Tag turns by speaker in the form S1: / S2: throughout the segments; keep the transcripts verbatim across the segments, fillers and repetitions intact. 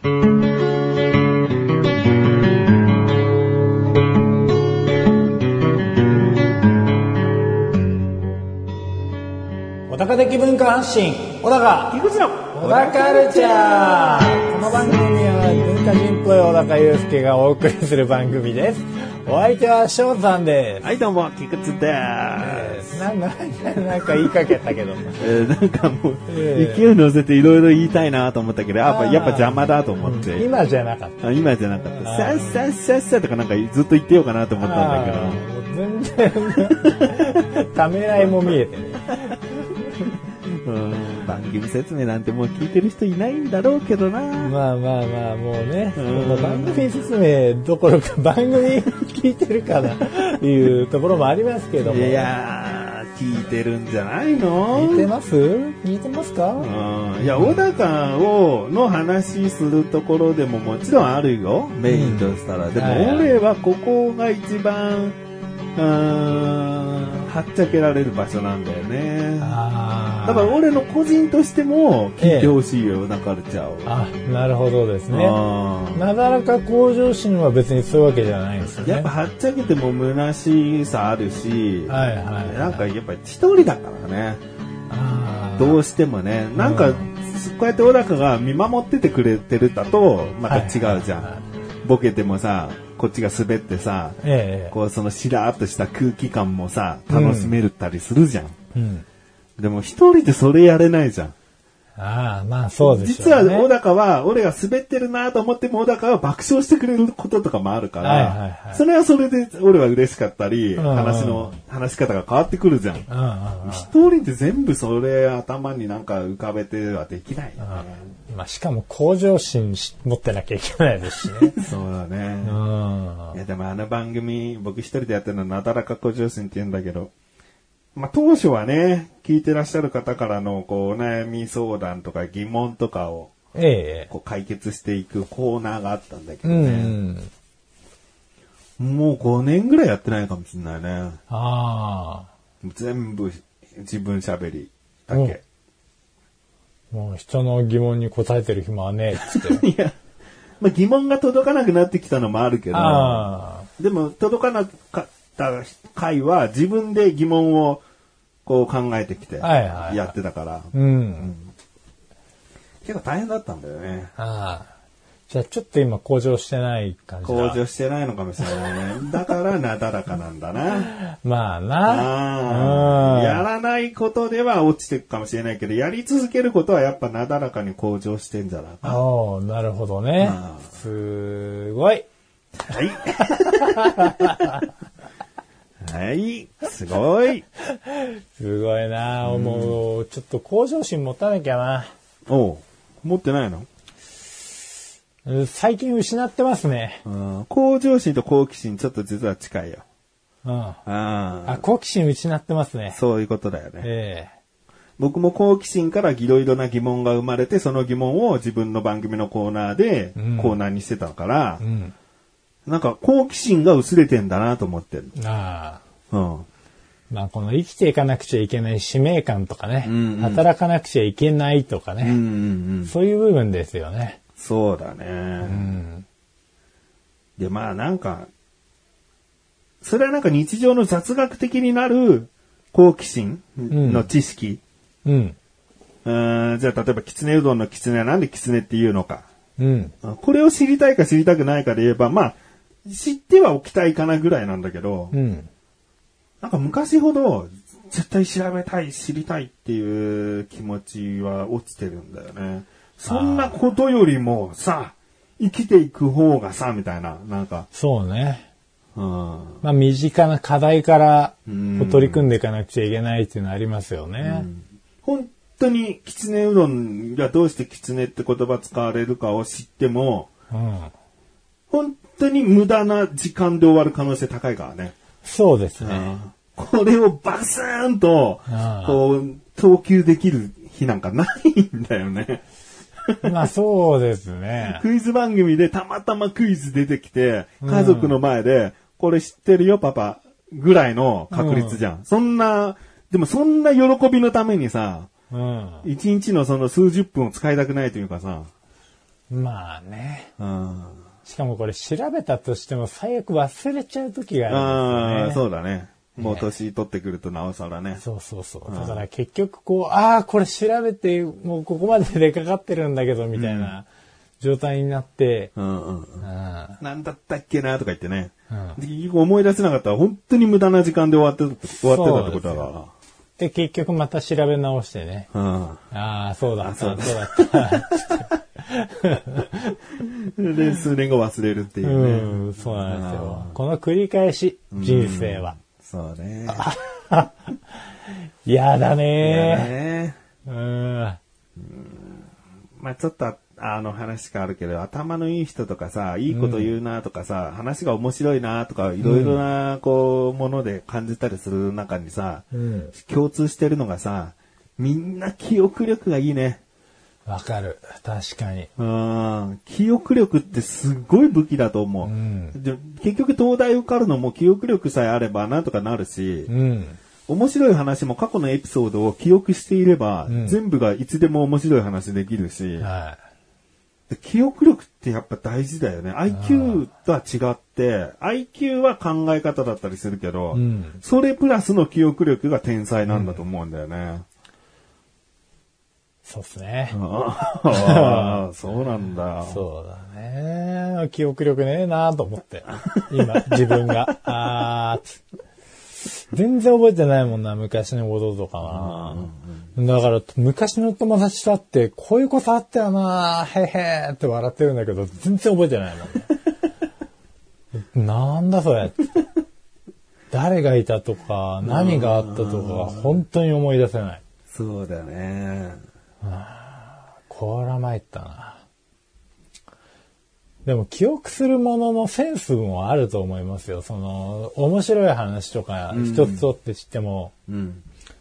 S1: 小高的文化発信、小高
S2: 井口の
S1: 小高カルチャー。この番組は文化人っぽい小高祐介がお送りする番組です。お相手は翔さんです。
S2: はい、どうも菊池です。
S1: な, な, なんか言いかけたけど、
S2: えー、なんかもう、
S1: えー、
S2: 勢い乗せていろいろ言いたいなと思ったけど、やっぱやっぱ邪魔だと思って、
S1: うん、今じゃなかった。
S2: 今じゃなかった。さっさっさっさとかなんかずっと言ってようかなと思ったんだけど、
S1: 全然ためらいも見えてね。
S2: うん、番組説明なんてもう聞いてる人いないんだろうけどな。
S1: まあまあまあ、もうね、うん、番組説明どころか番組聞いてるかないうところもありますけども。
S2: いやー、聞いてるんじゃないの？
S1: 聞いてます？聞いてますか？
S2: うん、いや、小高をの話するところでももちろんあるよ、メインとしたら。うん、でも俺はここが一番、うーん、はっちゃけられる場所なんだよね。あだから俺の個人としても聞いてほしいよ、ええ、なカルチャーを。
S1: あ、なるほどですね。なだらか向上心は別にそういうわけじゃないんですよね。
S2: やっぱはっちゃけても虚しさあるし、
S1: はいはい、はい、
S2: なんかやっぱり一人だからね。あどうしてもね、なんか、うん、こうやって小高が見守っててくれてるだとまた違うじゃん。はいはいはい、ボケてもさ、こっちが滑ってさ、ええ、こうそのしらーっとした空気感もさ、楽しめるったりするじゃん。うんうん、でも一人でそれやれないじゃん。
S1: ああ、まあそうです
S2: よね。実は小高は、俺が滑ってるなと思っても小高は爆笑してくれることとかもあるから、はいはいはい、それはそれで俺は嬉しかったり、うんうん、話の、話し方が変わってくるじゃん。うんうんうん、一人で全部それ頭になんか浮かべてはできないよね。
S1: まあ、しかも向上心持ってなきゃいけないですしね。
S2: そうだね。うん、いやでもあの番組、僕一人でやってるのはなだらか向上心って言うんだけど、まあ、当初はね、聞いてらっしゃる方からのこうお悩み相談とか疑問とかを、ええ、こう解決していくコーナーがあったんだけどね。うん、もうごねんぐらいやってないかもしれないね。あ全部自分喋りだけ。
S1: もう人の疑問に答えてる暇はねえっつって。
S2: いや、まあ、疑問が届かなくなってきたのもあるけど、でも届かなかった回は自分で疑問をこう考えてきてやってたから、うんうん、結構大変だったんだよね。ああ、
S1: じゃあちょっと今向上してない感じだ。
S2: 向上してないのかもしれないね。だからなだらかなんだな。
S1: まあな。
S2: あやらないことでは落ちていくかもしれないけど、やり続けることはやっぱなだらかに向上してんじゃないか。
S1: おー、なるほどね。すごい。
S2: はい。はい、すごい。
S1: すごいな、うん、もう、ちょっと向上心持たなきゃな。
S2: おう、持ってないの？
S1: 最近失ってますね。
S2: うん、向上心と好奇心ちょっと実は近いよ。
S1: うん、ああ、好奇心失ってますね。
S2: そういうことだよね。えー、僕も好奇心からいろいろな疑問が生まれて、その疑問を自分の番組のコーナーでコーナーにしてたから、うんうん、なんか好奇心が薄れてんだなと思ってる。ああ。うん。
S1: まあこの生きていかなくちゃいけない使命感とかね、うんうん、働かなくちゃいけないとかね、うんうんうん、そういう部分ですよね。
S2: そうだね。うん、で、まあなんか、それはなんか日常の雑学的になる好奇心の知識。うん。うん、じゃあ例えばきつねうどんのきつねはなんできつねって言うのか。うん。これを知りたいか知りたくないかで言えば、まあ、知ってはおきたいかなぐらいなんだけど、うん、なんか昔ほど絶対調べたい、知りたいっていう気持ちは落ちてるんだよね。そんなことよりもさ、生きていく方がさ、みたいな、なんか。
S1: そうね。うん、まあ身近な課題から取り組んでいかなくちゃいけないっていうのはありますよね。うん、
S2: 本当にきつねうどんがどうしてきつねって言葉使われるかを知っても、うん、本当に無駄な時間で終わる可能性高いからね。
S1: そうですね。
S2: これをバスーンと、こう、投球できる日なんかないんだよね。
S1: まあそうですね。
S2: クイズ番組でたまたまクイズ出てきて、家族の前で、これ知ってるよパパ、ぐらいの確率じゃん。うん、そんな、でもそんな喜びのためにさ、うん、一日のその数十分を使いたくないというかさ、
S1: まあね。
S2: うん。
S1: しかもこれ調べたとしても最悪忘れちゃう時があるんですよね。
S2: ああ、そうだね。もう年取ってくるとなおさらね。
S1: そうそうそう。だから結局こう、ああ、これ調べて、もうここまで出かかってるんだけど、みたいな状態になって、
S2: うんうんうん。なんだったっけなとか言ってね。
S1: うん、
S2: 結局思い出せなかったら本当に無駄な時間で終わって終わってたってことだから。
S1: で、結局また調べ直してね。
S2: うん、
S1: ああ、そうだった、そうだった。
S2: で、数年後忘れるっていうね。
S1: うん、そうなんですよ。この繰り返し、人生は。
S2: そうね。
S1: やだね
S2: やだね。
S1: うん。
S2: まあちょっと、あの話変わるけど、頭のいい人とかさ、いいこと言うなとかさ、うん、話が面白いなとか、いろいろな、こう、もので感じたりする中にさ、うん、共通してるのがさ、みんな記憶力がいいね。
S1: わかる。確かに。
S2: うん。記憶力ってすごい武器だと思う。うん、結局東大受かるのも記憶力さえあればなんとかなるし、うん、面白い話も過去のエピソードを記憶していれば、うん、全部がいつでも面白い話できるし、はい、記憶力ってやっぱ大事だよね。アイキュー とは違って、アイキュー は考え方だったりするけど、うん、それプラスの記憶力が天才なんだと思うんだよね。うん
S1: そうですね。
S2: ああ、そうなんだ。
S1: そうだね。記憶力ねえなと思って。今、自分が。あ全然覚えてないもんな、昔のこととかな。だから、昔の友達と会って、こういうことあったよなへへーって笑ってるんだけど、全然覚えてないもんね。なんだそれ。誰がいたとか、何があったとか、本当に思い出せない。
S2: そうだね。
S1: はあ、こら参ったな。でも記憶するもののセンスもあると思いますよ。その面白い話とか一つ取って知っても、うんうん、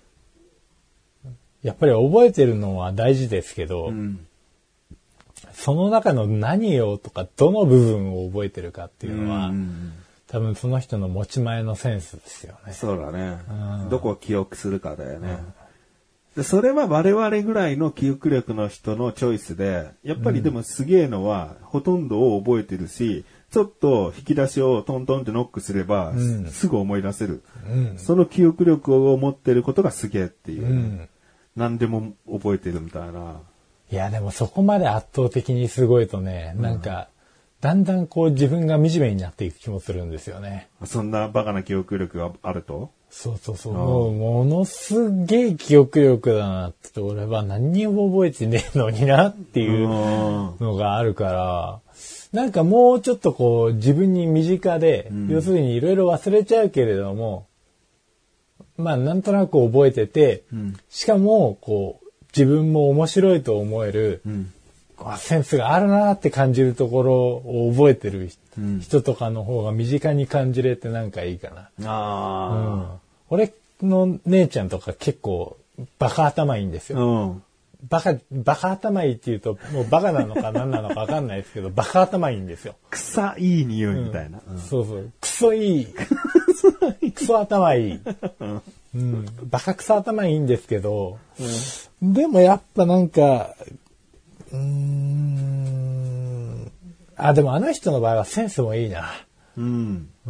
S1: やっぱり覚えてるのは大事ですけど、うん、その中の何をとかどの部分を覚えてるかっていうのは、うん、多分その人の持ち前のセンスですよね。
S2: そうだね。うん、どこを記憶するかだよね。うんでそれは我々ぐらいの記憶力の人のチョイスで、やっぱりでもすげえのは、ほとんどを覚えてるし、ちょっと引き出しをトントンってノックすれば、うん、すぐ思い出せる、うん。その記憶力を持ってることがすげえっていう、うん。何でも覚えてるみたいな。
S1: いやでもそこまで圧倒的にすごいとね、なんか、だんだんこう自分が惨めになっていく気もするんですよね。
S2: そんなバカな記憶力があると
S1: そうそうそう。もうものすげえ記憶力だなって、俺は何にも覚えてねえのになっていうのがあるから、なんかもうちょっとこう自分に身近で、うん、要するにいろいろ忘れちゃうけれども、まあなんとなく覚えてて、うん、しかもこう自分も面白いと思える、うんセンスがあるなって感じるところを覚えてる人とかの方が身近に感じれてなんかいいかな。あうん、俺の姉ちゃんとか結構バカ頭いいんですよ。うん、バカ、バカ頭いいって言うともうバカなのか何なのかわかんないですけど、バカ頭いいんですよ。
S2: 臭い匂いみたいな。
S1: うんうん、そうそう。クソいい。クソ頭いい。うん、バカクソ頭いいんですけど、うん、でもやっぱなんか、うーんあ、でもあの人の場合はセンスもいいな。うん。うん。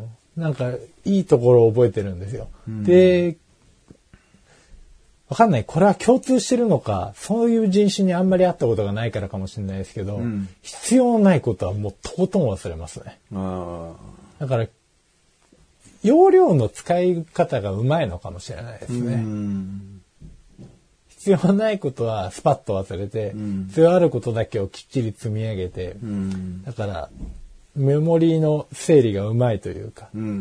S1: なんか、いいところを覚えてるんですよ。うん、で、わかんない。これは共通してるのか、そういう人種にあんまり会ったことがないからかもしれないですけど、うん、必要ないことはもうとことん忘れますね。あだから、容量の使い方がうまいのかもしれないですね。うん必要ないことはスパッと忘れて、うん、必要あることだけをきっちり積み上げて、うん、だからメモリーの整理がうまいというか、うんうんうん、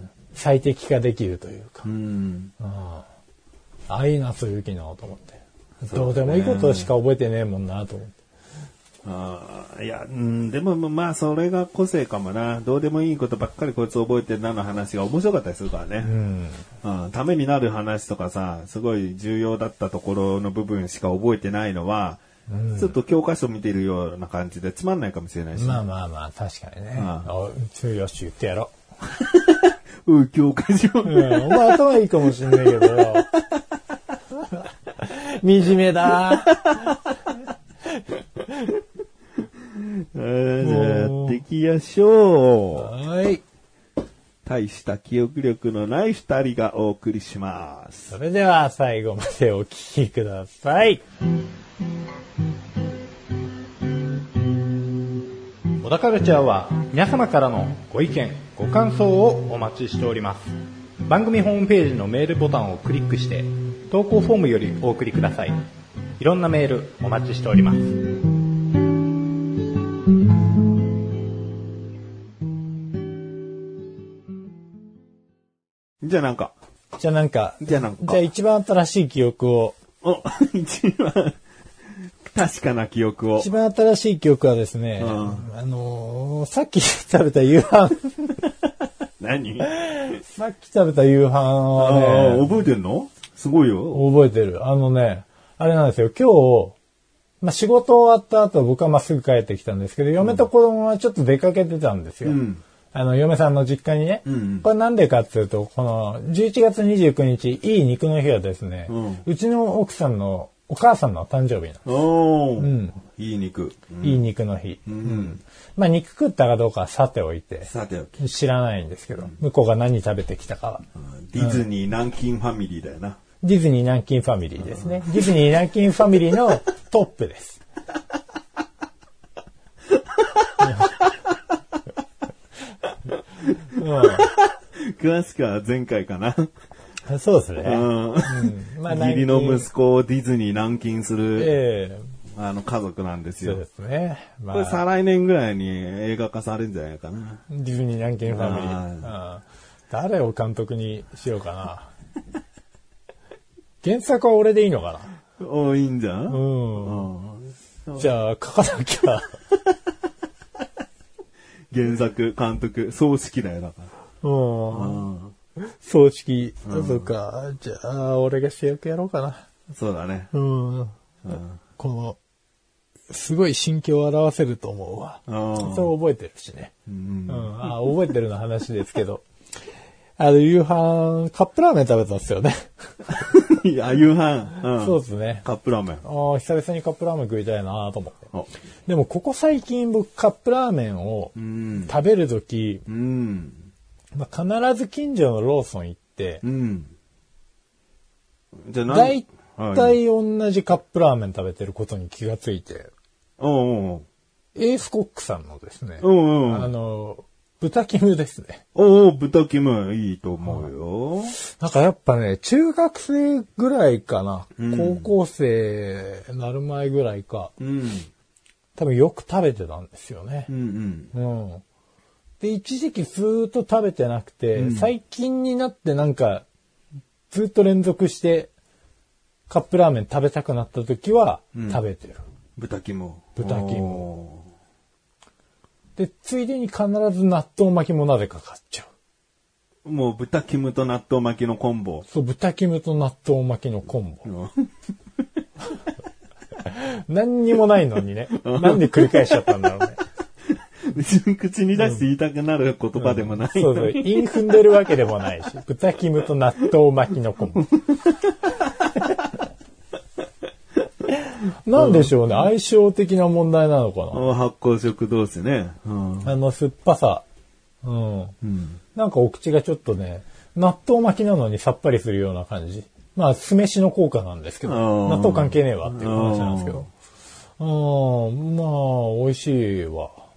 S1: 最適化できるというか、うんああいいなそういう機能と思って、どうでもいいことしか覚えてねえもんなと思って。
S2: あいや、うん、でもまあそれが個性かもな。どうでもいいことばっかりこいつ覚えてるなの話が面白かったりするからね、うんうん、ためになる話とかさ、すごい重要だったところの部分しか覚えてないのは、うん、ちょっと教科書見てるような感じでつまんないかもしれないし、
S1: まあまあまあ確かにね、うん、あよし言ってやろ
S2: ううん教科書、
S1: うん、お前頭いいかもしれないけどよ惨めだ
S2: きましょ
S1: う。はい。
S2: 大した記憶力のない二人がお送りします。
S1: それでは最後までお聞きください。小田カルチャーは皆様からのご意見、ご感想をお待ちしております。番組ホームページのメールボタンをクリックして投稿フォームよりお送りください。いろんなメールお待ちしております。
S2: じゃあなんか。
S1: じゃあなんか。
S2: じゃあなんか。
S1: じゃあ一番新しい記憶を。
S2: お、一番確かな記憶を。
S1: 一番新しい記憶はですね、うん、あのー、さっき食べた夕飯。
S2: 何
S1: さっき食べた夕飯は
S2: ね。覚えてんの？すごいよ。
S1: 覚えてる。あのね、あれなんですよ。今日、まあ、仕事終わった後僕はまっすぐ帰ってきたんですけど、嫁と子供はちょっと出かけてたんですよ。うん、あの、嫁さんの実家にね。うんうん、これなんでかっていうと、このじゅういちがつにじゅうくにち、いい肉の日はですね、うん、うちの奥さんのお母さんの誕生日なんです。
S2: おー。うん。いい肉。
S1: うん、いい肉の日。うんうん、まあ肉食ったかどうかはさておいて。
S2: さておき。
S1: 知らないんですけど、うん、向こうが何食べてきたかは。
S2: ディズニー南京ファミリーだよな。
S1: ディズニー南京ファミリーですね。ディズニー南京ファミリーのトップです。
S2: うん、詳しくは前回かな。
S1: そうですね。
S2: うんうんまあ、義理の息子をディズニー軟禁する、えー、あの家族なんですよ。
S1: そうですね。
S2: まあ、これ再来年ぐらいに映画化されるんじゃないかな。
S1: ディズニー軟禁ファミリー。誰を監督にしようかな。原作は俺でいいのか
S2: な。おいいんじゃん。
S1: うん。じゃあ書かなきゃ。
S2: 原作監督葬式だよだから。
S1: うん。葬式、うん、そうか。じゃあ、俺が主役やろうかな。
S2: そうだね。
S1: うん。うん、この、すごい心境を表せると思うわ。それ覚えてるしね。うん。うん、あ、覚えてるの話ですけど。あの、夕飯、カップラーメン食べたんですよね。
S2: いや、夕飯、
S1: うん。そうですね。
S2: カップラーメン。
S1: ああ、久々にカップラーメン食いたいなと思って。でも、ここ最近僕カップラーメンを食べるとき、うん、まあ、必ず近所のローソン行って、うん、じゃあだいたい同じカップラーメン食べてることに気がついて、
S2: おうおう
S1: エースコックさんのですね、
S2: おうおう
S1: あの、豚キムですね。
S2: おお、豚キムいいと思うよ。
S1: なんかやっぱね、中学生ぐらいかな、うん、高校生なる前ぐらいか、うん、多分よく食べてたんですよね。うんうんうん、で、一時期ずーっと食べてなくて、うん、最近になってなんか、ずっと連続してカップラーメン食べたくなった時は食べてる。
S2: うん、豚キム。
S1: 豚キム。で、ついでに必ず納豆巻きもなぜか買っちゃ
S2: う。もう豚キムと納豆巻きのコンボ。
S1: そう、豚キムと納豆巻きのコンボ。何にもないのにね。なんで繰り返しちゃったんだろうね。
S2: 別に口に出して言いたくなる言葉でもない、
S1: うんうん。そうそう。イン踏んでるわけでもないし。豚キムと納豆巻きのコンボ。なんでしょうね、うん、相性的な問題なのかな。
S2: 発酵食同士ね、
S1: うん。あの酸っぱさ、うんうん。なんかお口がちょっとね、納豆巻きなのにさっぱりするような感じ。まあ酢飯の効果なんですけど、納豆関係ねえわっていう話なんですけど。うん、まあ美味しいわ。うん、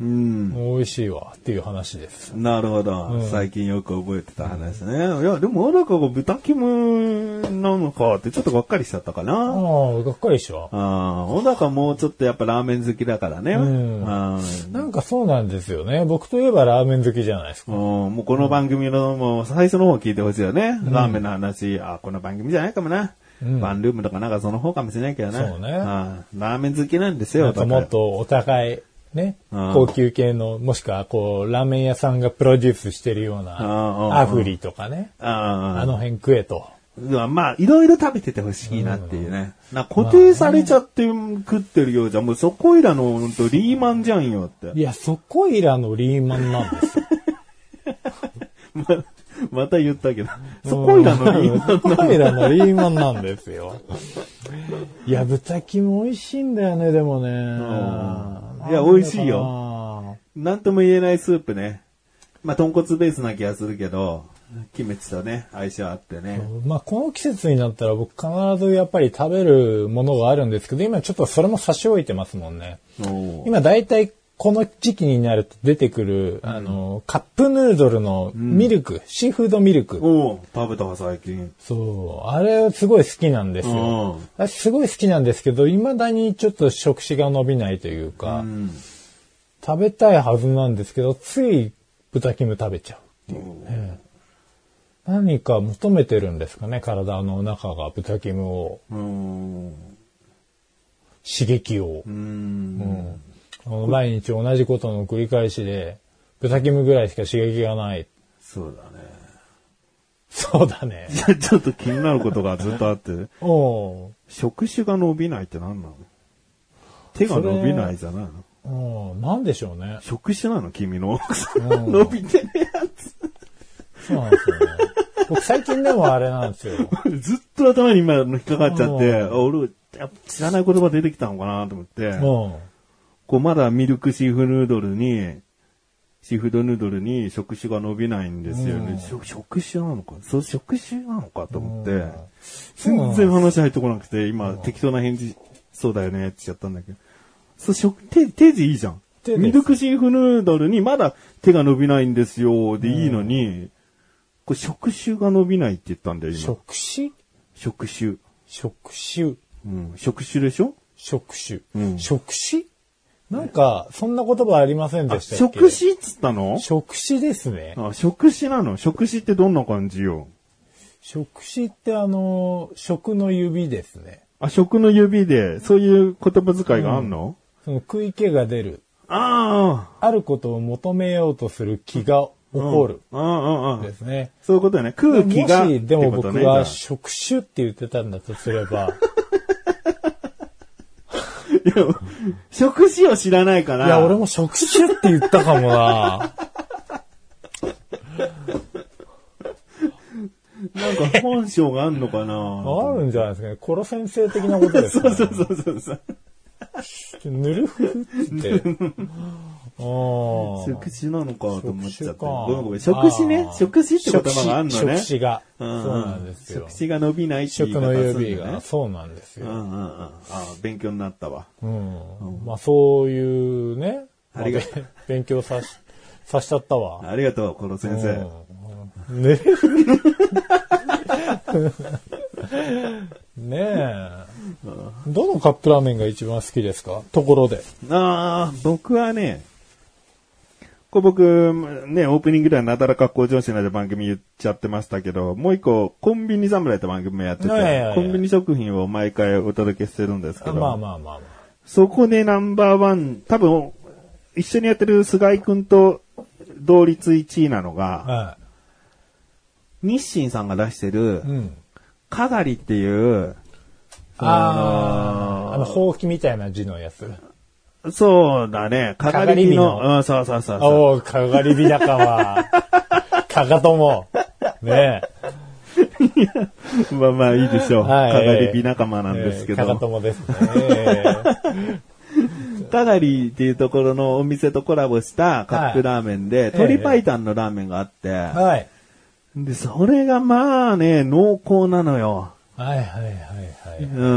S1: 美味しいわっていう話です。
S2: なるほど、うん、最近よく覚えてた話ね。いやでもなんか豚キムなのかってちょっとがっかりしちゃったかな。
S1: ああ、がっかりしわ。
S2: ああ、小高もうちょっとやっぱラーメン好きだからね。うん、
S1: あなんかそうなんですよね。僕といえばラーメン好きじゃないですか。
S2: うん、もうこの番組のもう最初の方聞いてほしいよね。うん、ラーメンの話、あこの番組じゃないかもな。うん、ワンルームとかなんかその方かもしれないけどね。そうね。あラーメン好きなんですよ。
S1: なんかもっとお互い。ね、高級系の、もしくはこう、ラーメン屋さんがプロデュースしてるような、アフリとかね、あ, あの辺食えと。
S2: まあ、いろいろ食べててほしいなっていうね。うん、な固定されちゃって食ってるようじゃ、もうそこいらのほんとリーマンじゃんよって。
S1: いや、そこいらのリーマンなんですよ。
S2: ままた言ったけど、そこいらのリーマンなん
S1: そこいらのリーマンなんですよ。いや、豚キム美味しいんだよね、でもね。
S2: いや、美味しいよ。 なんとも言えないスープね。まあ、豚骨ベースな気がするけど、キムチとね、相性あってね。
S1: まあ、この季節になったら僕必ずやっぱり食べるものがあるんですけど、今ちょっとそれも差し置いてますもんね。今だいたいこの時期になると出てくる、うん、あの、カップヌードルのミルク、うん、シーフードミルク。
S2: お食べたわ、最近。
S1: そう。あれすごい好きなんですよ。あれすごい好きなんですけど、未だにちょっと食指が伸びないというか、うん、食べたいはずなんですけど、つい豚キム食べちゃうっていうね。何か求めてるんですかね、体の中が豚キムを。うん、刺激を。うんうん、毎日同じことの繰り返しで、豚キムぐらいしか刺激がない。
S2: そうだね。
S1: そうだね。
S2: ちょっと気になることがずっとあって。お触手が伸びないって何なの？手が伸びないじゃない
S1: の？うん、なんでしょうね。
S2: 触手なの君の。伸びてねえやつ。
S1: そうなんですよね。僕最近でもあれなんですよ。
S2: ずっと頭に今引っかかっちゃって、俺、知らない言葉出てきたのかなと思って、こうまだミルクシーフヌードルに、シーフードヌードルに触手が伸びないんですよね。触手なのかそう、触手なのかと思って、全然話入ってこなくて、今適当な返事、そうだよねって言っちゃったんだけど、そう、手、手でいいじゃん。ミルクシーフヌードルにまだ手が伸びないんですよでいいのに、これ触手が伸びないって言ったんだよ、今。
S1: 触手
S2: 触手。
S1: 触手。
S2: うん。触手でしょ
S1: 触手。うん。触手なんか、そんな言葉ありませんでしたっけ？
S2: 触手っつったの？
S1: 触手ですね。
S2: あ、触手なの？触手ってどんな感じよ？
S1: 触手ってあの、食の指ですね。
S2: あ、食の指で、そういう言葉遣いがあんの？
S1: うん、その食い気が出る。
S2: ああ。
S1: あることを求めようとする気が起こる。うんうんうん。ですね。
S2: そういうことだね。空気が、
S1: もし、でも僕が触手って言ってたんだとすれば。
S2: いや、触手を知らないから。
S1: いや、俺も触手って言ったかもな。
S2: なんか本性があんのかな
S1: あるんじゃないですかね。コロ先生的なことですね。
S2: そうそうそうそうそう。
S1: ぬるふふって。
S2: 触手なのかと思っちゃった。ごめんごめん。触手ね。触手って言葉があるのね。
S1: 触手が。そうなんですよ。
S2: 触手が伸びないっていう
S1: 触の指が。そうなんですよ。
S2: うんうんうん。あ、勉強になったわ。
S1: うん。まあそういうね。ありがとう。勉強さし、さしちゃったわ。
S2: ありがとう、この先生。
S1: ねねえ。どのカップラーメンが一番好きですか？ところで。
S2: ああ、僕はね、これ僕、ね、オープニングではなだらか向上心で番組言っちゃってましたけど、もう一個、コンビニ侍って番組もやってて、いやいやいやコンビニ食品を毎回お届けしてるんですけど、
S1: まあまあまあまあ。
S2: そこでナンバーワン、多分、一緒にやってる菅井くんと同率いちいなのが、はい、日清さんが出してる、うん、かがりっていう、
S1: ああ、あの、ほうきみたいな字のやつ。
S2: そうだね。かがり火の。うん、そうそうそうそう。
S1: おお、かがり火仲間。かがとも。ね
S2: え。まあまあいいでしょう。はい、かがり火仲間なんですけど。
S1: かがともですね。
S2: かがりっていうところのお店とコラボしたカップラーメンで、はい、鶏白湯のラーメンがあって、はい。で、それがまあね、濃厚なのよ。
S1: はいはいはいはい。
S2: うん。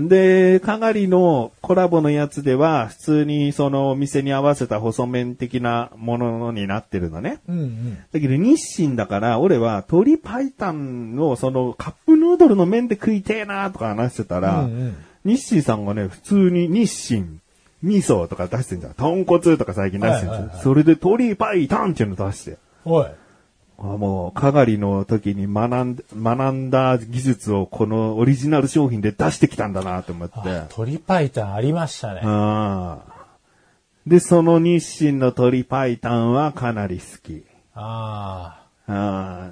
S2: で、かがりのコラボのやつでは、普通にそのお店に合わせた細麺的なものになってるのね。うんうん。だけど日清だから、俺は鶏白湯のそのカップヌードルの麺で食いてえなとか話してたら、うんうん、日清さんがね、普通に日清、味噌とか出してんじゃん。豚骨とか最近出してんじゃん。はいはいはい、それで鶏白湯っていうの出して。
S1: おい。
S2: もう、かがりの時に学んで、学んだ技術をこのオリジナル商品で出してきたんだなと思って。
S1: 鶏白湯ありましたね。
S2: あで、その日清の鶏白湯はかなり好き。ああ。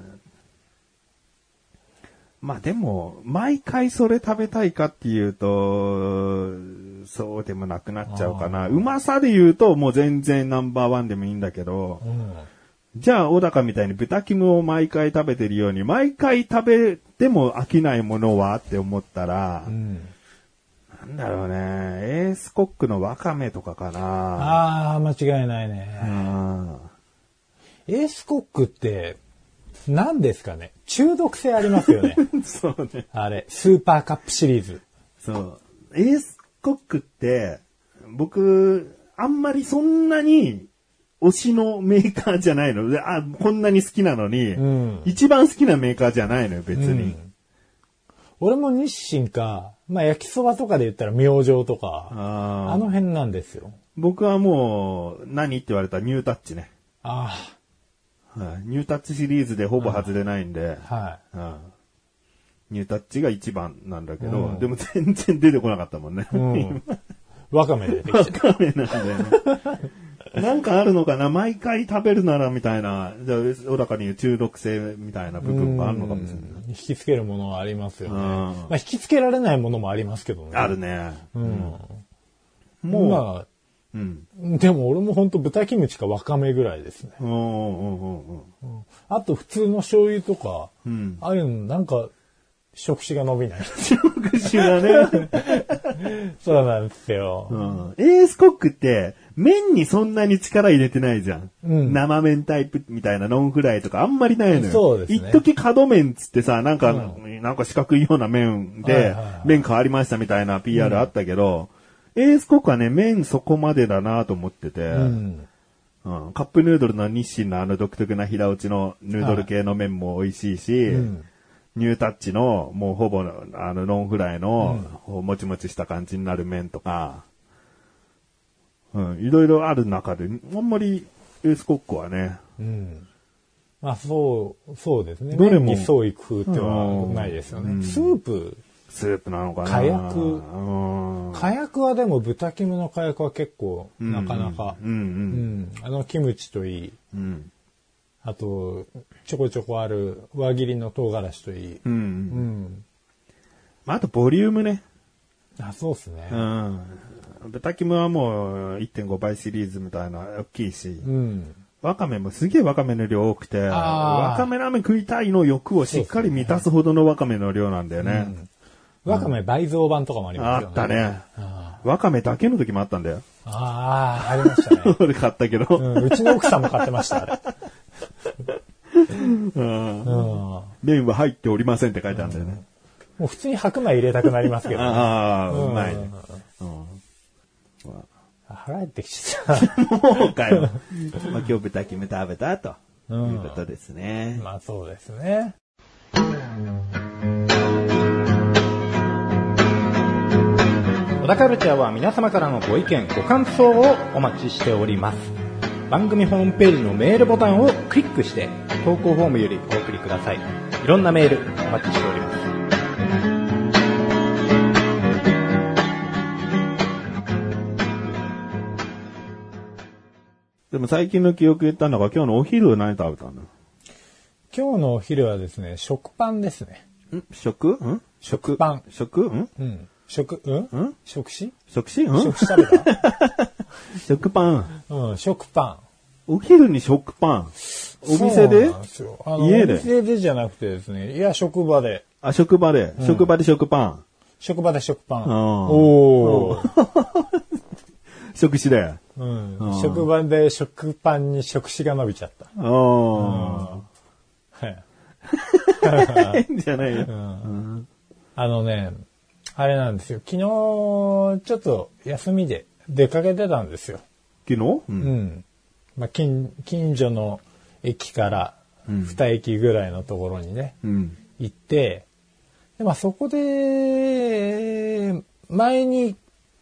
S2: まあでも、毎回それ食べたいかっていうと、そうでもなくなっちゃうかな。うまさで言うともう全然ナンバーワンでもいいんだけど、うんじゃあ、小高みたいに豚キムを毎回食べてるように、毎回食べても飽きないものはって思ったら、うん、 なんだろうね。エースコックのワカメとかかな。
S1: ああ、間違いないね。エースコックって、何ですかね。中毒性ありますよね。
S2: そうね。
S1: あれ、スーパーカップシリーズ。
S2: そう。エースコックって、僕、あんまりそんなに推しのメーカーじゃないの。あ、こんなに好きなのに、うん、一番好きなメーカーじゃないのよ、別に。うん、
S1: 俺も日清か、まあ焼きそばとかで言ったら明星とか、あ, あの辺なんですよ。
S2: 僕はもう、何って言われたらニュータッチね。
S1: あ
S2: あ、はい。ニュータッチシリーズでほぼ外れないんで、
S1: はい。
S2: あニュータッチが一番なんだけど、うん、でも全然出てこなかったもんね。うん、
S1: ワカメでできてる。
S2: ワカメなんだよね。なんかあるのかな毎回食べるならみたいな、じゃあ、小高に言う中毒性みたいな部分があるのかもしれない。
S1: 引きつけるものはありますよね。まあ、引きつけられないものもありますけどね。
S2: あるね。
S1: うん。もう、まあ、うん、でも俺も本当豚キムチかワカメぐらいですね。うんうんうんうん、あと普通の醤油とか、うん、ああいうのなんか、触手が伸びない。
S2: 触手がね。
S1: そうなんですよ、
S2: うん。エースコックって、麺にそんなに力入れてないじゃん。うん、生麺タイプみたいなノンフライとかあんまりないのよ。
S1: そうですね。
S2: 一時角麺つってさ、なんか、うん、なんか四角いような麺で、はいはいはい、麺変わりましたみたいな ピーアール あったけど、うん、エースコックはね、麺そこまでだなと思ってて、うんうん、カップヌードルの日清のあの独特な平打ちのヌードル系の麺も美味しいし、はいうん、ニュータッチのもうほぼあのノンフライの、うん、もちもちした感じになる麺とか、うん、いろいろある中で、あんまりエースコックはね。
S1: うん。まあそう、そうですね。どれも。そういく風ってはないですよね。うん、スープ。
S2: スープなのかな。
S1: 火薬。火薬はでも豚キムの火薬は結構、なかなか。うんうんうん、あのキムチといい。うん、あと、ちょこちょこある輪切りの唐辛子といい。うんうんうん
S2: まあ、あとボリュームね。
S1: あ、そうですね。
S2: うん豚キムはもう いってんご 倍シリーズみたいな大きいし、うん、ワカメもすげえワカメの量多くて、ワカメラーメン食いたいの欲をしっかり満たすほどのワカメの量なんだよね。
S1: うん、ワカメ倍増版とかもありますよね。
S2: あったね。ワカメだけの時もあったんだよ。
S1: ああ、ありましたね。
S2: 俺買ったけど、
S1: うん。うちの奥さんも買ってました、あれ。
S2: うんうん、麺は入っておりませんって書いてあるんだよね。
S1: もう普通に白米入れたくなりますけど、ね。
S2: ああ、うまいね。
S1: 腹減ってきちゃった。
S2: もうかよ。まあ、今日豚キム食べたということですね。
S1: うん、まあそうですね。小田カルチャーは皆様からのご意見、ご感想をお待ちしております。番組ホームページのメールボタンをクリックして投稿フォームよりお送りください。いろんなメールお待ちしております。
S2: でも最近の記憶言ったのが今日のお昼は何食べたの？
S1: 今日のお昼はですね、食パンですね。
S2: ん食ん
S1: 食パン。
S2: 食ん
S1: うん。食、うんん食子
S2: 食子ん
S1: 食子食べた
S2: 食パン。
S1: うん、食パ
S2: ン。お昼に食パン。お店で？
S1: そうなんですよ。あの
S2: 家で？
S1: お店でじゃなくてですね、いや、職場で。
S2: あ、職場で。うん、職場で食パン。
S1: 職場で食パン。
S2: おー。食子で。
S1: うん。職場で食パンに食子が伸びちゃった。
S2: ああ。
S1: はい。
S2: 変じゃないよ、うん。
S1: あのね、あれなんですよ。昨日、ちょっと休みで出かけてたんですよ。
S2: 昨日？
S1: うん。うん、まあ、近、近所の駅からに駅ぐらいのところにね、うん、行って、でまあ、そこで、前に、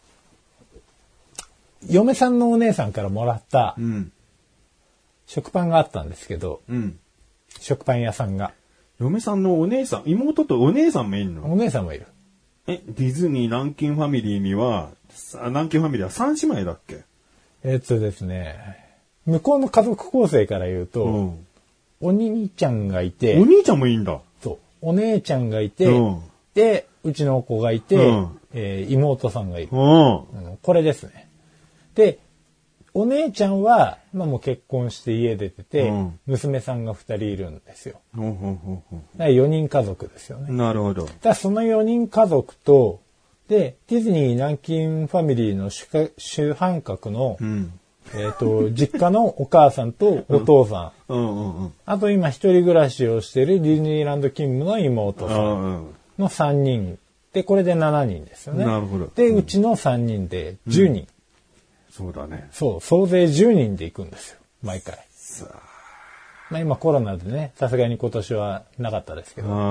S1: 嫁さんのお姉さんからもらった食パンがあったんですけど、うん、食パン屋さんが。
S2: 嫁さんのお姉さん、妹とお姉さんもいるの？
S1: お姉さんもいる。
S2: え、ディズニー南京ファミリーには、南京ファミリーはさん姉妹だっけ？
S1: えっとですね、向こうの家族構成から言うと、うん、お兄ちゃんがいて、
S2: お兄ちゃんもいいんだ。
S1: そう。お姉ちゃんがいて、うん、で、うちの子がいて、うんえー、妹さんがいる、うんうん。これですね。で、お姉ちゃんは、まあもう結婚して家出てて、うん、娘さんがふたりいるんですよ。うんうんうんうん、だからよにん家族ですよね。
S2: なるほど。
S1: だからそのよにん家族と、 で、ディズニー南京ファミリーの主主犯格の、うん、えっと、実家のお母さんとお父さん。うんうんうん、あと今一人暮らしをしているディズニーランド勤務の妹さんのさんにん。で、これでしちにんですよね。
S2: なるほど。
S1: で、うちのさんにんでじゅうにん。うん、
S2: そうだね。
S1: そう、総勢じゅうにんで行くんですよ。毎回。さあ。まあ今コロナでね、さすがに今年はなかったですけど。あ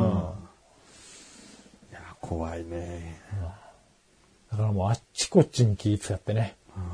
S2: うん、いや、怖いね、
S1: うん。だからもうあっちこっちに気使ってね。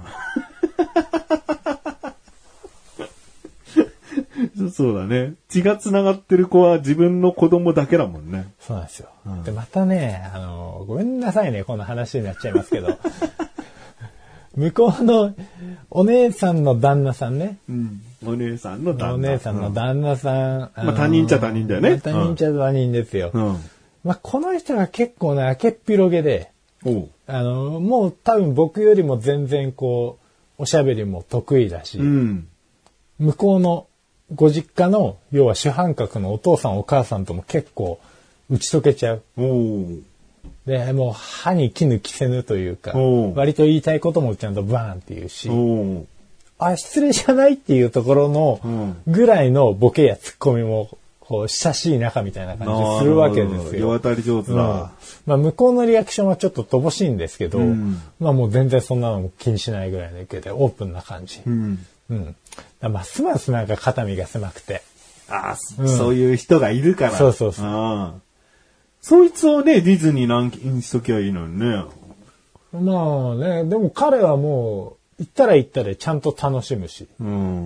S2: そうだね。血が繋がってる子は自分の子供だけだもんね。
S1: そうなんですよ。うん、で、またね、あの、ごめんなさいね、この話になっちゃいますけど。向こうのお姉さんの旦那さんね。
S2: うん、お姉さんの旦那。
S1: お姉さんの旦那さん。うん、
S2: まあ他人っちゃ他人だよね。
S1: 他人っちゃ他人ですよ。うん、まあこの人が結構ね、明けっぴろげで、おあの、もう多分僕よりも全然こう、おしゃべりも得意だし、うん、向こうのご実家の、要は主犯格のお父さんお母さんとも結構打ち解けちゃう。おで、もう歯に衣着せぬというか、割と言いたいこともちゃんとバーンって言うし、あ、失礼じゃないっていうところのぐらいのボケやツッコミも、こう、親しい仲みたいな感じするわけですよ。
S2: 世渡り上手だ、うん。
S1: まあ、向こうのリアクションはちょっと乏しいんですけど、うん、まあもう全然そんなのも気にしないぐらいの勢いでオープンな感じ。うん。うん。ますますなんか肩身が狭くて。
S2: ああ、うん、そういう人がいるから。
S1: そうそうそう。
S2: あそいつをね、ディズニーランキングしときゃいいのにね。
S1: まあね、でも彼はもう、行ったら行ったでちゃんと楽しむし。うん。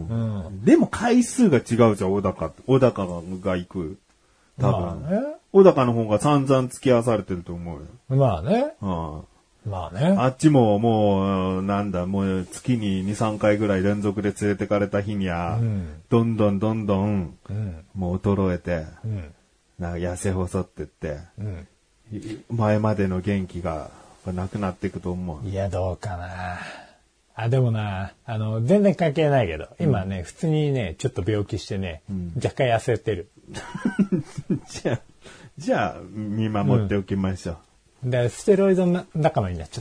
S2: うん、でも回数が違うじゃん、小高。小高が行く。多分。まあね。小高の方が散々付き合わされてると思うよ。
S1: まあね。うん。まあね。
S2: あっちももう、なんだ、もう月にに、さんかいぐらい連続で連れてかれた日には、うん、どんどんどんどん、うん、もう衰えて、うん、なんか痩せ細ってって、うん、前までの元気がなくなっていくと思う。
S1: いや、どうかな。あ、でもな、あの、全然関係ないけど、今ね、うん、普通にね、ちょっと病気してね、うん、若干痩せてる。
S2: じゃあ、じゃあ、見守っておきましょう。
S1: うん、で、ステロイド仲間になっちゃった。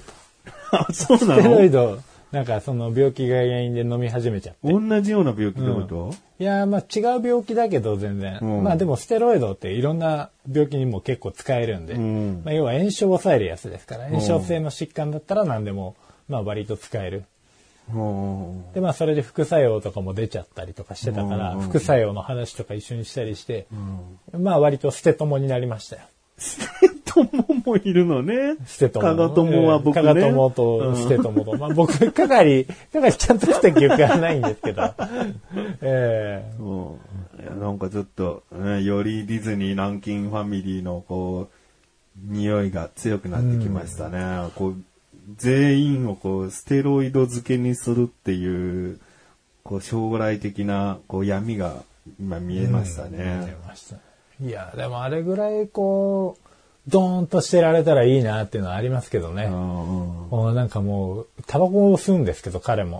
S2: あ、そうなの？
S1: ステロイド、なんかその病気が原因で飲み始めちゃって。
S2: 同じような病気ってこと？うん、
S1: いや、まあ違う病気だけど全然。うん、まあでもステロイドっていろんな病気にも結構使えるんで、うん、まあ、要は炎症を抑えるやつですから、炎症性の疾患だったら何でも、まあ割と使える。で、まあそれで副作用とかも出ちゃったりとかしてたから、副作用の話とか一緒にしたりして、まあ割と捨て友になりましたよ。
S2: 捨て友もいるのね。
S1: 捨て友。
S2: かが友は僕ね。
S1: かが友と捨て友と。まあ僕、かがり、かがりちゃんとした記憶はないんですけど。ええ
S2: ー。いやなんかちょっと、ね、よりディズニー南京ファミリーのこう、匂いが強くなってきましたね。うん、こう全員をこうステロイド漬けにするっていうこう将来的なこう闇が今見えましたね。うん、見えました。
S1: いやでもあれぐらいこうドーンとしてられたらいいなっていうのはありますけどね。うん、なんかもうタバコを吸うんですけど彼も。うん、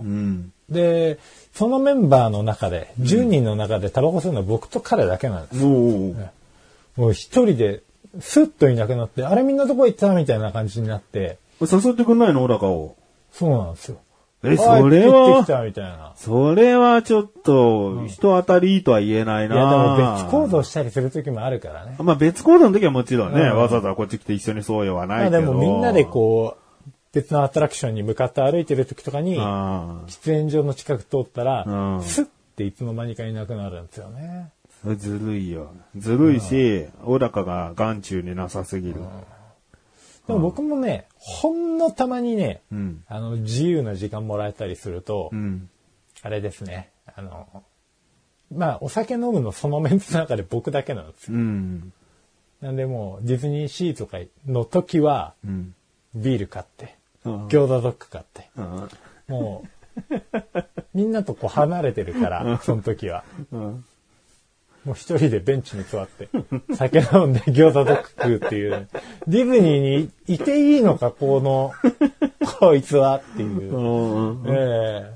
S1: でそのメンバーの中でじゅうにんの中でタバコ吸うのは僕と彼だけなんですよ。うん、もう一人でスッといなくなってあれみんなどこ行ったみたいな感じになって。
S2: 誘ってくんないの小高を。
S1: そうなんですよ。
S2: え、それは、
S1: きたみたいな
S2: それはちょっと、人当たりとは言えないな、うん、い
S1: やでも別行動したりする時もあるからね。
S2: まあ別行動の時はもちろんね、うん、わざわざこっち来て一緒にそうよはないけど。まあ
S1: でもみんなでこう、別のアトラクションに向かって歩いてる時とかに、喫煙所の近く通ったら、うん、スッていつの間にかいなくなるんですよね。
S2: ずるいよ。ずるいし、小高が眼中になさすぎる。うん
S1: でも僕もね、ほんのたまにね、うん、あの、自由な時間もらえたりすると、うん、あれですね、あの、まあ、お酒飲むのそのメンツの中で僕だけなんですよ。うん、なんでもう、ディズニーシーとかの時は、うん、ビール買って、うん、餃子ドッグ買って、うん、もう、みんなとこう離れてるから、その時は。うんもう一人でベンチに座って、酒飲んで餃子ドッグ食うっていう、ディズニーにいていいのか、この、こいつはっていう。え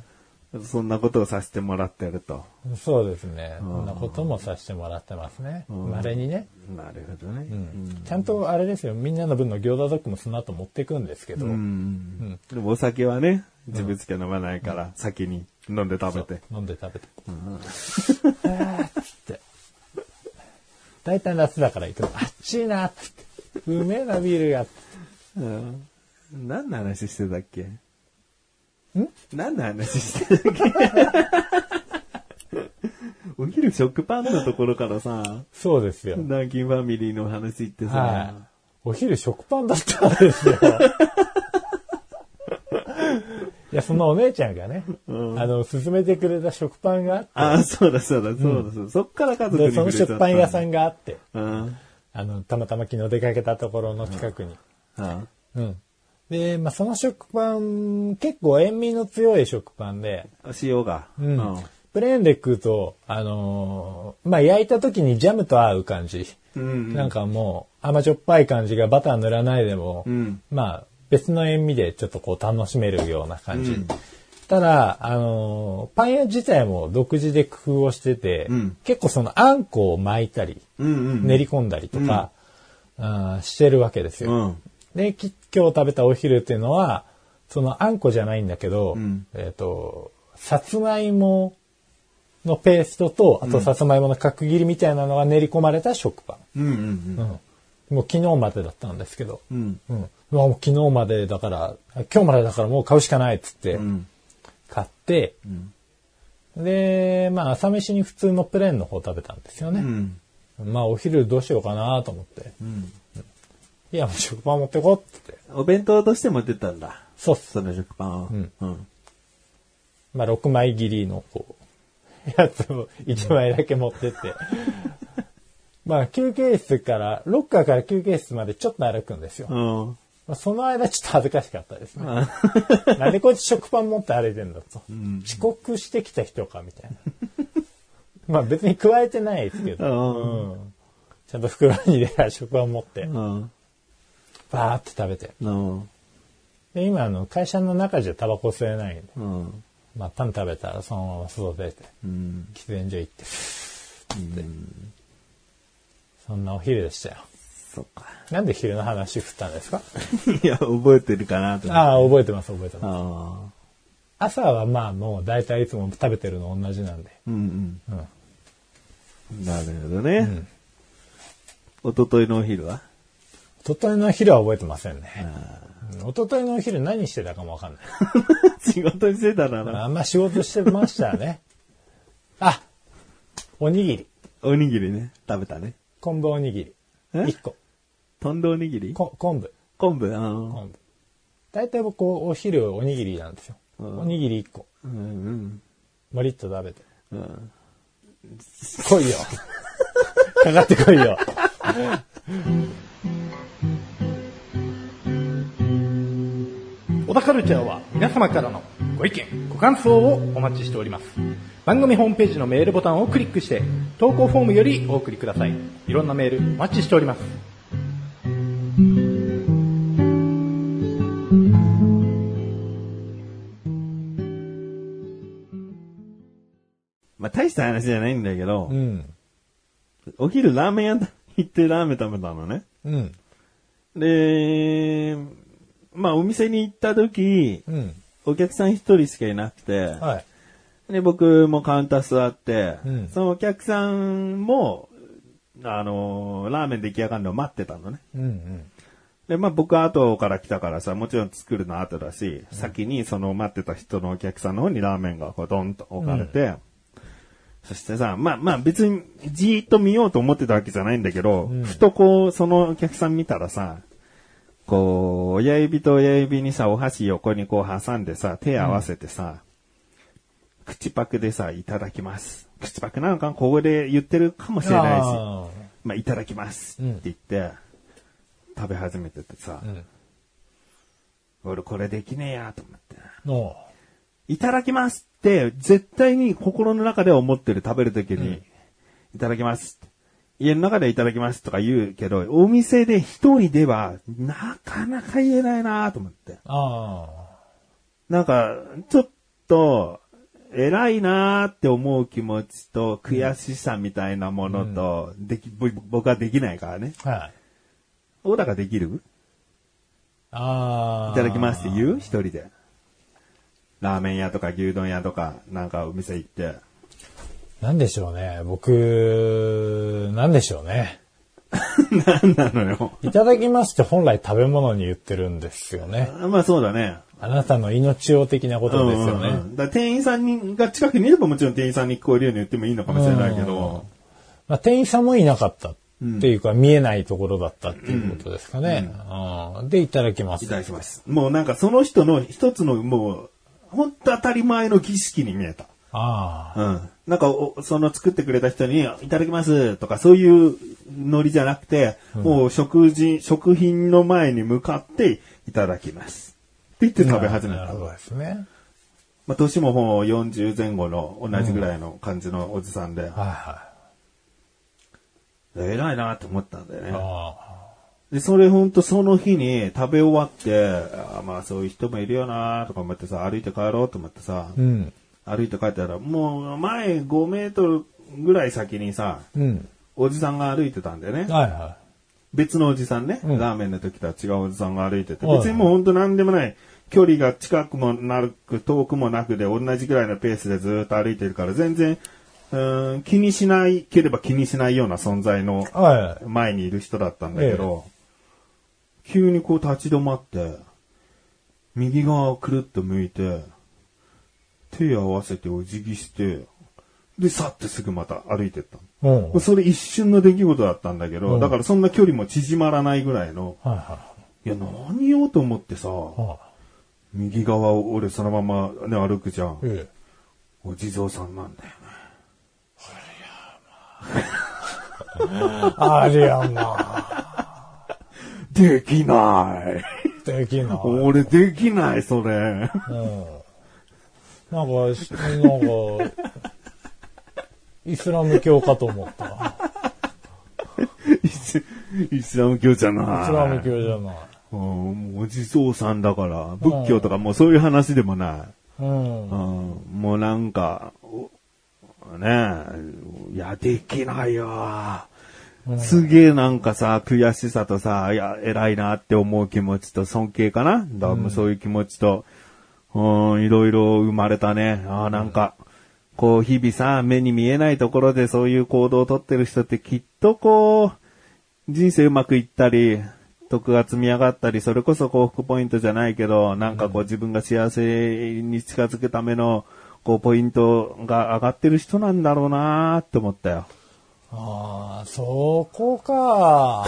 S2: そんなことをさせてもらってると。
S1: そうですね。そんなこともさせてもらってますね。稀にね。
S2: なるほどね、う
S1: ん。ちゃんとあれですよ。みんなの分の餃子ドッグもその後持っていくんですけど。うんうん、
S2: でもお酒はね、自分しか飲まないから、うん、先に飲んで食べて。
S1: 飲んで食べて。うん、あーっつって。大体夏だから行くの。あっちいなっつって。うめえなビールが。
S2: うん、何の話してたっけ？
S1: ん？
S2: 何の話してたっけ？お昼食パンのところからさ。
S1: そうですよ。
S2: ダンキンファミリーの話ってさ。はい、
S1: お昼食パンだったんですよ。いや、そのお姉ちゃんがね、うん、あの、勧めてくれた食パンがあって。
S2: ああ、そうだそうだそうだ、うん、そっから家族に
S1: 触れちゃった。で、その食パン屋さんがあって、
S2: うん、
S1: あの、たまたま昨日出かけたところの近くに。
S2: うん。
S1: うん。で、まあ、その食パン、結構塩味の強い食パンで。
S2: 塩が。
S1: うん。うん、プレーンで食うと、あのー、まあ、焼いた時にジャムと合う感じ。
S2: うんうん、
S1: なんかもう、甘じょっぱい感じがバター塗らないでも、
S2: うん、
S1: まあ、別の塩味でちょっとこう楽しめるような感じ。うん、ただ、あのー、パン屋自体も独自で工夫をしてて、
S2: うん、
S1: 結構そのあんこを巻いたり、
S2: うんうん、
S1: 練り込んだりとか、うん、あしてるわけですよ。
S2: うん
S1: で、今日食べたお昼っていうのは、そのあんこじゃないんだけど、
S2: うん、
S1: えっと、さつまいものペーストと、あとさつまいもの角切りみたいなのが練り込まれた食パン。
S2: うんうんうん
S1: うん、もう昨日までだったんですけど、
S2: うん
S1: うん、もう昨日までだから、今日までだからもう買うしかないっつって、買って、
S2: うん、
S1: で、まあ朝飯に普通のプレーンの方食べたんですよね。
S2: うん、
S1: まあお昼どうしようかなと思って。
S2: うん
S1: いや、もう食パン持ってこうって。
S2: お弁当として持ってったんだ。
S1: そうっす。
S2: その食パンを。
S1: うん。
S2: うん。
S1: まあ、ろくまい切りの、こう、やつをいちまいだけ持ってって。まあ、休憩室から、ロッカーから休憩室までちょっと歩くんですよ。
S2: うん。
S1: まあ、その間ちょっと恥ずかしかったですね。なんでこいつ食パン持って歩いてんだと。うん、遅刻してきた人か、みたいな。まあ、別に加えてないですけど。うん。ちゃんと袋に入れた食パン持って。
S2: うん
S1: バーって食べて。
S2: うん、
S1: で今あの会社の中じゃタバコ吸えないんで、
S2: うん、
S1: まあパン食べたらそのまま外出て、
S2: うん、
S1: 喫煙所行って、
S2: うん、
S1: そんなお昼でしたよ。
S2: そっか。
S1: なんで昼の話振ったんですか？
S2: いや覚えてるかなと思って。
S1: ああ覚えてます覚えてます。
S2: あ
S1: 朝はまあもう大体いつも食べてるの同じなんで。
S2: うんうん。
S1: うん、
S2: なるほどね。うん、一昨日のお昼は？
S1: 一昨日の昼は覚えてませんね。一昨日のお昼何してたかもわかんない。
S2: 仕事してたなら。
S1: あんま仕事してましたね。あ、おにぎり。
S2: おにぎりね。食べたね。
S1: 昆布おにぎり。いっこ。
S2: とんどおにぎり？
S1: こ昆布。
S2: 昆布、うん。
S1: 昆布。大体僕お昼おにぎりなんですよ。うん、おにぎりいっこ。
S2: うんうん。
S1: もりっと食べて。
S2: うん。
S1: 来いよ。かかってこいよ。小田カルチャーは皆様からのご意見、ご感想をお待ちしております。番組ホームページのメールボタンをクリックして投稿フォームよりお送りください。いろんなメールお待ちしております。
S2: まあ大した話じゃないんだけど、
S1: うん、
S2: お昼ラーメン屋行ってラーメン食べたのね。
S1: うん、
S2: で、まあお店に行った時、
S1: うん、
S2: お客さん一人しかいなくて、
S1: はい、
S2: で僕もカウンター座って、
S1: うん、
S2: そのお客さんもあのラーメン出来上がるのを待ってたのね。
S1: うんうん、
S2: でまあ僕は後から来たからさ、もちろん作るの後だし、うん、先にその待ってた人のお客さんの方にラーメンがこうドンと置かれて、うん、そしてさ、まあまあ別にじーっと見ようと思ってたわけじゃないんだけど、うん、ふとこうそのお客さん見たらさ、こう親指と親指にさお箸横にこう挟んでさ手合わせてさ、うん、口パクでさいただきます。口パクなのかな、ここで言ってるかもしれないし、あまあいただきますって言って、うん、食べ始めててさ、うん、俺これできねえやと思って。いただきますって絶対に心の中では思ってる。食べるときに、うん、いただきます家の中でいただきますとか言うけど、お店で一人ではなかなか言えないなと思って。
S1: あ
S2: なんかちょっと偉いなーって思う気持ちと悔しさみたいなものと、うん、でき、僕はできないからね。はい。小高できる？
S1: ああ。
S2: いただきますって言う？一人で。ラーメン屋とか牛丼屋とか、なんかお店行って。
S1: なんでしょうね。僕、なんでしょうね。
S2: なんなのよ。
S1: いただきますって本来食べ物に言ってるんですよね。
S2: まあそうだね。
S1: あなたの命を的なことですよね。うんうんうん、
S2: だ店員さんにが近くにいればもちろん店員さんに聞こえるように言ってもいいのかもしれないけど。うん
S1: まあ、店員さんもいなかったっていうか、うん、見えないところだったっていうことですかね。うんうん、で、いただきます。
S2: いただきます。もうなんかその人の一つのもう、本当当たり前の儀式に見えた。
S1: ああ。
S2: うん。なんかその作ってくれた人に、いただきますとかそういうノリじゃなくて、うん、もう食事、食品の前に向かっていただきます。って言って食べ始めた。
S1: なるほどですね。
S2: まあ、年ももうよんじゅうぜん後の同じぐらいの感じのおじさんで。うん、はいはい。偉いなって思ったんだよね。あで、それほんとその日に食べ終わって、あまあそういう人もいるよなとか思ってさ、歩いて帰ろうと思ってさ、うん、歩いて帰ったら、もう前ごメートルぐらい先にさ、うん、おじさんが歩いてたんだよね。はいはい。別のおじさんね、うん、ラーメンの時とは違うおじさんが歩いてて、別にもうほんとなんでもない、距離が近くもなく遠くもなくで同じぐらいのペースでずっと歩いてるから全然、うーん、気にしないければ気にしないような存在の前にいる人だったんだけど、はいはい、急にこう立ち止まって、右側をくるっと向いて、手を合わせてお辞儀して、で、去ってすぐまた歩いてったの。うん、それ一瞬の出来事だったんだけど、うん、だからそんな距離も縮まらないぐらいの、はいはい、いや、何よと思ってさ、はい、右側を俺そのままね、歩くじゃん。ええ、お地蔵さんなんだよね。
S1: ありゃまあ。
S2: できない。
S1: できない。
S2: 俺できない、それ。うん、
S1: なんか、なんか、イスラム教かと思った。
S2: イス、イスラム教じゃない。
S1: イスラム教じゃない。
S2: うん、お地蔵さんだから、仏教とかもうそういう話でもない。うん。うん、もうなんか、ねえ、いや、できないよ。うん、すげえなんかさ、悔しさとさ、いや、偉いなって思う気持ちと尊敬かな、だからそういう気持ちと、うん、いろいろ生まれたね。ああ、なんか、こう、日々さ、目に見えないところでそういう行動をとってる人ってきっとこう、人生うまくいったり、徳が積み上がったり、それこそ幸福ポイントじゃないけど、なんかこう自分が幸せに近づくための、こう、ポイントが上がってる人なんだろうなーって思ったよ。
S1: ああ、そこか。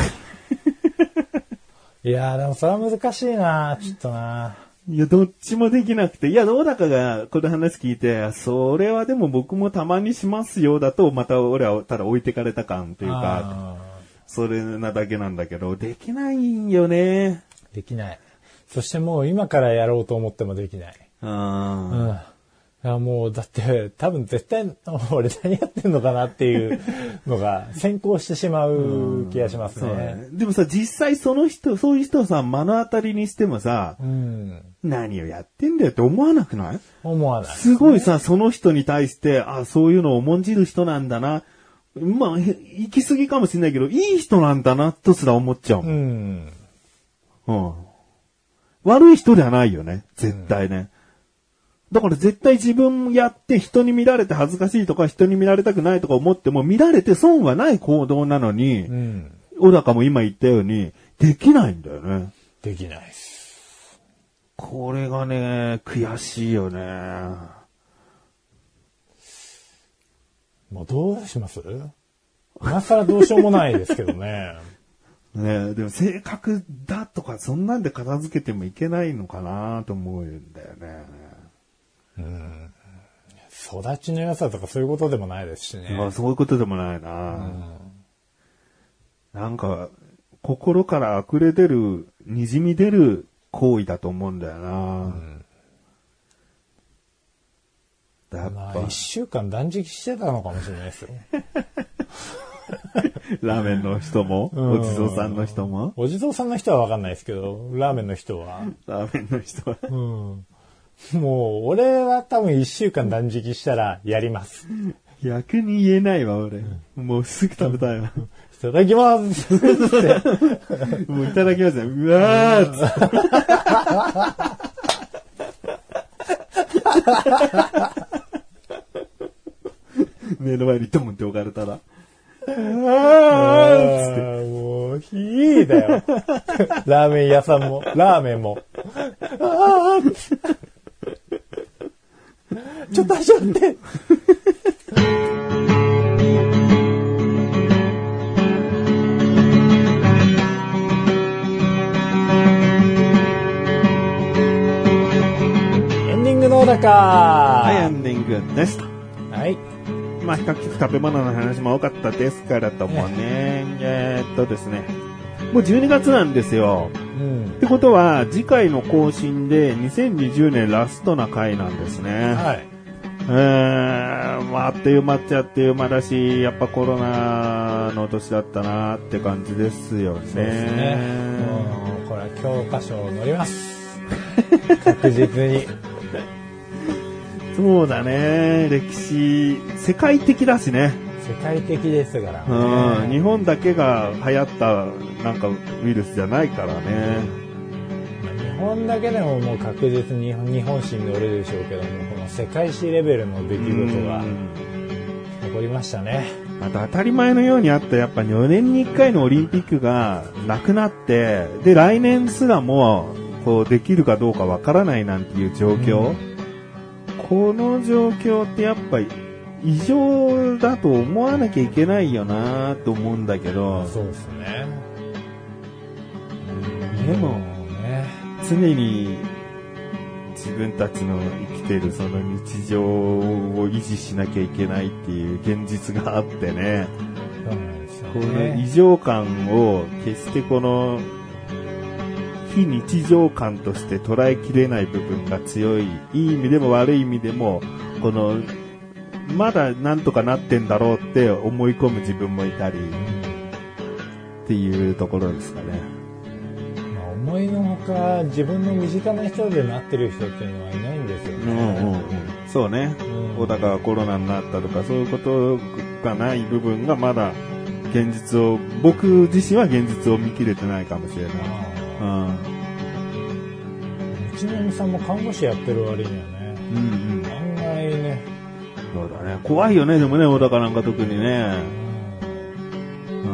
S1: いやー、でもそれは難しいな、ちょっとな。
S2: いや、どっちもできなくて。いや、どうだかがこの話聞いて、それはでも僕もたまにしますよだと、また俺はただ置いてかれた感というか、それなだけなんだけど、できないよね。
S1: できない。そしてもう今からやろうと思ってもできない。あうん。いやもうだって多分絶対俺何やってんのかなっていうのが先行してしまう気がしますね。そうね。
S2: でもさ、実際その人、そういう人をさ、目の当たりにしてもさ、うん、何をやってんだよって思わなくない？
S1: 思わない、ね。
S2: すごいさ、その人に対して、あ、そういうのを重んじる人なんだな。まあ、行き過ぎかもしれないけど、いい人なんだなとすら思っちゃうもん。うん。うん。悪い人ではないよね。絶対ね。うんだから絶対自分やって人に見られて恥ずかしいとか人に見られたくないとか思っても見られて損はない行動なのに、うん、小高も今言ったようにできないんだよね。
S1: できないです。
S2: これがね、悔しいよね。
S1: もうどうします？今更どうしようもないですけどね。
S2: ねえ、でも性格だとかそんなんで片付けてもいけないのかなと思うんだよね。
S1: うん、育ちの良さとかそういうことでもないですしね。
S2: まあそういうことでもないな、うん、なんか心から溢れ出る滲み出る行為だと思うんだよな、うん、
S1: やっぱまあ一週間断食してたのかもしれないですよ。
S2: ラーメンの人も、うん、お地蔵さんの人も
S1: お地蔵さんの人は分かんないですけどラーメンの人は
S2: ラーメンの人は、
S1: うんもう、俺は多分一週間断食したらやります。
S2: 逆に言えないわ、俺。もうすぐ食べたいわ。
S1: いただきます
S2: もういただきますね。うわーっつって目の前にドンって置かれたら。あ
S1: ーもう、ひーだよ。ラーメン屋さんも、ラーメンも。あちょっと足折って。エンディングの小高。
S2: はい、エンディングです。
S1: はい。
S2: まあ、比較的食べ物の話も多かったですからともね。えーっとですね。もうじゅうにがつなんですよ。うん、ってことは、次回の更新でにせんにじゅうねんラストな回なんですね。はい。えー、まあ、あっという間っちゃあっという間だし、やっぱコロナの年だったなって感じですよね。そうですね。
S1: もう、これは教科書乗ります。確実に。
S2: そうだね。歴史、世界的だしね。
S1: 世界的ですからね。
S2: うん。日本だけが流行ったなんかウイルスじゃないからね。
S1: 日本だけでももう確実に日本史に乗るでしょうけども、この世界史レベルの出来事が起こりましたね。
S2: また当たり前のようにあったやっぱよねんにいっかいのオリンピックがなくなって、で来年すらもこうできるかどうかわからないなんていう状況。うん、この状況ってやっぱり異常だと思わなきゃいけないよなと思うんだけど。
S1: そうですね。
S2: でもね、常に自分たちの生きてるその日常を維持しなきゃいけないっていう現実があってね。そうなんですよね。この異常感を決してこの非日常感として捉えきれない部分が強い。いい意味でも悪い意味でも、このまだなんとかなってんだろうって思い込む自分もいたりっていうところですかね。
S1: まあ、思いのほか自分の身近な人でなってる人っていうのはいないんですよね。うんうんうん、
S2: そうね。小高がコロナになったとかそういうことがない部分がまだ現実を、僕自身は現実を見切れてないかもしれない。うん。
S1: 内波さんも看護師やってる割にはね。うんうん。案外ね。
S2: そうだね。怖いよね、でもね、小高なんか特にね。
S1: うん。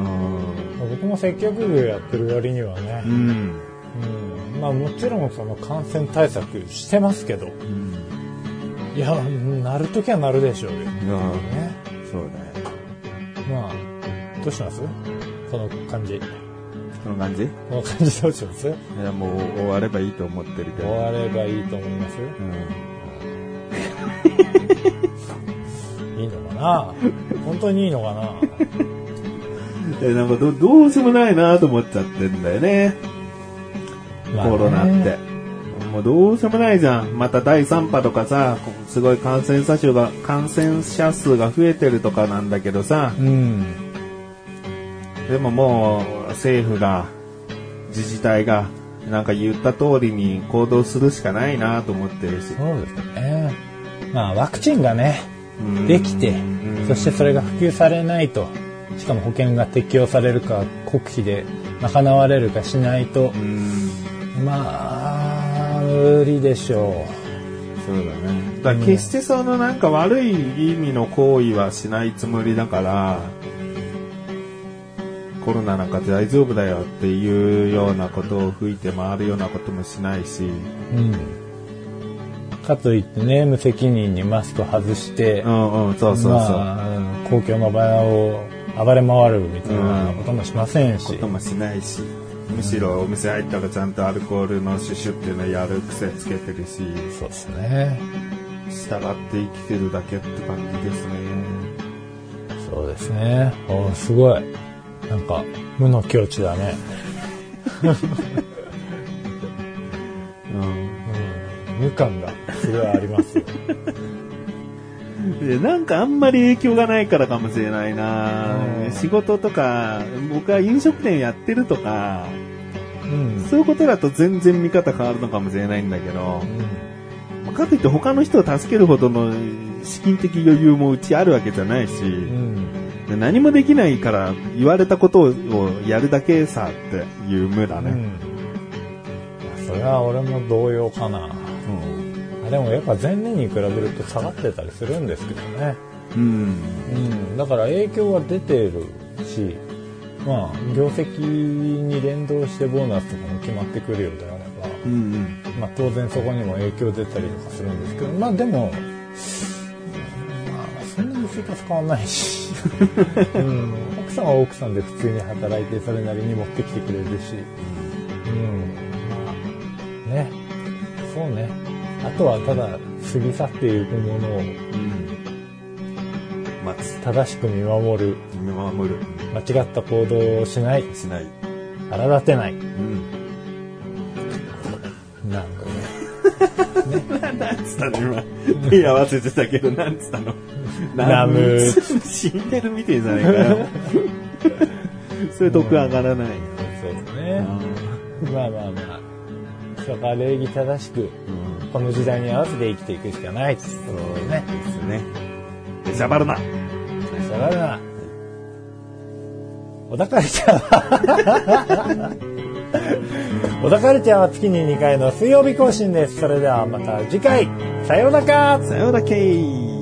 S1: 僕も接客業やってる割にはね。うん。うん、まあもちろんその感染対策してますけど。うん、いや、なるときはなるでしょうよ。うん。ね。
S2: そうだよ。
S1: まあ、どうしますこの感じ。
S2: この感じ
S1: この感じどうします？い
S2: や、もう終わればいいと思ってるけど。
S1: 終わればいいと思います？うん。いいのかな本当にいいのかな
S2: え、なんか ど, どうしようもないなと思っちゃってんだよね。まあね、コロナって。もうどうしようもないじゃん。まただいさん波とかさ、すごい感染者数が、感染者数が増えてるとかなんだけどさ。うん。でももう政府が、自治体がなんか言った通りに行動するしかないなと思ってるし。
S1: そうですね。まあワクチンがね、できて、そしてそれが普及されないと、しかも保険が適用されるか、国費で賄われるかしないと、まあ、無理でしょ
S2: う。そうだね。だから決してそのなんか悪い意味の行為はしないつもりだから、コロナなんか大丈夫だよっていうようなことを吹いて回るようなこともしないし、うん、
S1: かといってね、無責任にマスク外して、
S2: うんうん、そうそうそう、ま
S1: あ、公共の場を暴れ回るみたいなこともしませんし、
S2: うん、こともしないし、むしろお店入ったらちゃんとアルコールのシュシュっていうのをやる癖つけてるし、
S1: そうですね。
S2: 従って生きてるだけって感じですね。
S1: そうですね。お、すごい。なんか無の境地だね。うんうん、無感がすごいありますよ。
S2: でなんかあんまり影響がないからかもしれないな、うん、仕事とか僕は飲食店やってるとか、うん、そういうことだと全然見方変わるのかもしれないんだけど、うん、 かといって他の人を助けるほどの資金的余裕もうちあるわけじゃないし、うん、何もできないから言われたことをやるだけさっていう無だね。うん、
S1: それは俺も同様かな。うん、でもやっぱ前年に比べると下がってたりするんですけどね。うんうん、だから影響は出てるし、まあ業績に連動してボーナスとかも決まってくるようであれば、うんうんまあ、当然そこにも影響出たりとかするんですけど、まあでも、まあ、そんなに生活変わんないし、うん、奥さんは奥さんで普通に働いてそれなりに持ってきてくれるし、うんまあね、そうね、あとはただ過ぎ去っていくものを、うん正しく見守る。
S2: 見守る。
S1: 間違った行動をしない。
S2: しない。
S1: 荒立てない。うん。なんかね。
S2: ねなんつったの今。手合わせてたけど、なんつったの
S1: ナム。
S2: 死んでるみてえじゃないかよ。それ得上がらない。うん、
S1: そうですね。まあまあまあ。そこは礼儀正しく、うん、この時代に合わせて生きていくしかないですね。
S2: ですね。でしゃばるな。
S1: しゃばるな。小田カルチャーは小田カルチャーは月ににかいの水曜日更新です。それではまた次回。さようなら。
S2: さようならけー。